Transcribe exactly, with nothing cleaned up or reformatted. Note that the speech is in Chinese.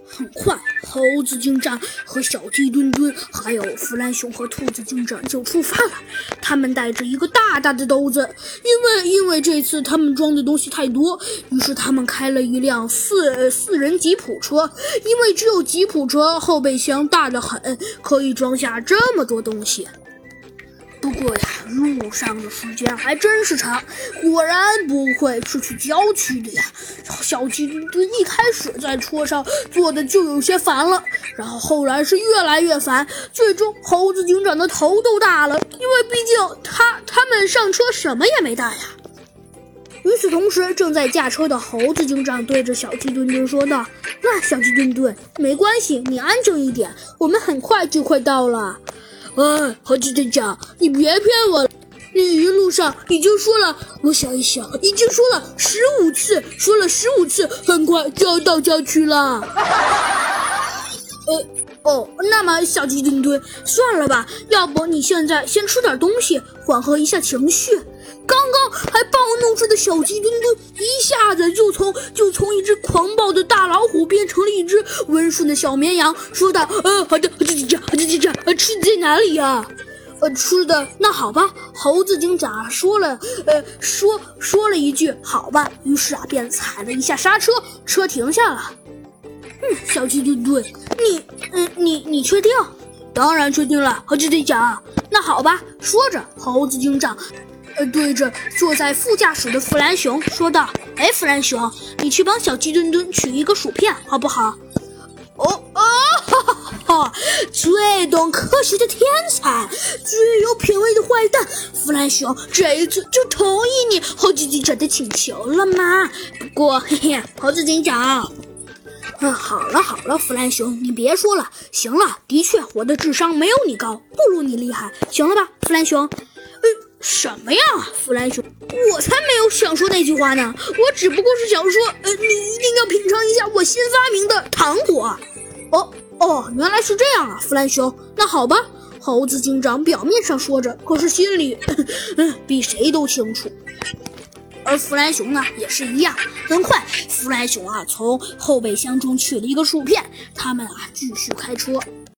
很快，猴子警长和小鸡墩墩，还有弗兰熊和兔子警长就出发了。他们带着一个大大的兜子，因为因为这次他们装的东西太多，于是他们开了一辆四四人吉普车。因为只有吉普车后备箱大得很，可以装下这么多东西。不过呀，路上的时间还真是长，果然不会是去郊区的呀。小鸡墩墩一开始在车上坐的就有些烦了，然后后来是越来越烦，最终猴子警长的头都大了，因为毕竟他他们上车什么也没带呀。与此同时，正在驾车的猴子警长对着小鸡墩墩说道：“那小鸡墩墩，没关系，你安静一点，我们很快就快到了。”哎，猴子警长，你别骗我了！你一路上已经说了，我想一想，已经说了十五次，说了十五次，很快就要到郊区了。呃，哦，那么小鸡墩墩，算了吧，要不你现在先吃点东西，缓和一下情绪。刚刚还暴怒似的小鸡墩墩，一下子就从就从一只狂暴的大老虎变成了一只温顺的小绵羊，说道：“呃，好的，猴子警长，猴子警长，呃，吃的在哪里呀？呃，吃的那好吧。”猴子警长说了，呃，说说了一句“好吧”，于是啊，便踩了一下刹车，车停下了。嗯，小鸡墩墩，你，嗯，你你确定？当然确定了，猴子警长。那好吧，说着，猴子警长。呃，对着坐在副驾驶的弗兰熊说道：“哎，弗兰熊，你去帮小鸡墩墩取一个薯片，好不好？”哦哦，哈哈哈！最懂科学的天才，最有品味的坏蛋，弗兰熊这一次就同意你猴子警长的请求了吗？不过，嘿嘿，猴子警长。嗯，好了好了，弗兰熊，你别说了。行了，的确，我的智商没有你高，不如你厉害。行了吧，弗兰熊？呃，什么呀，弗兰熊？我才没有想说那句话呢，我只不过是想说，呃，你一定要品尝一下我新发明的糖果。哦哦，原来是这样啊，弗兰熊。那好吧，猴子警长表面上说着，可是心里，嗯，比谁都清楚。而弗兰熊呢也是一样，很快弗兰熊啊从后备箱中取了一个薯片，他们啊继续开车。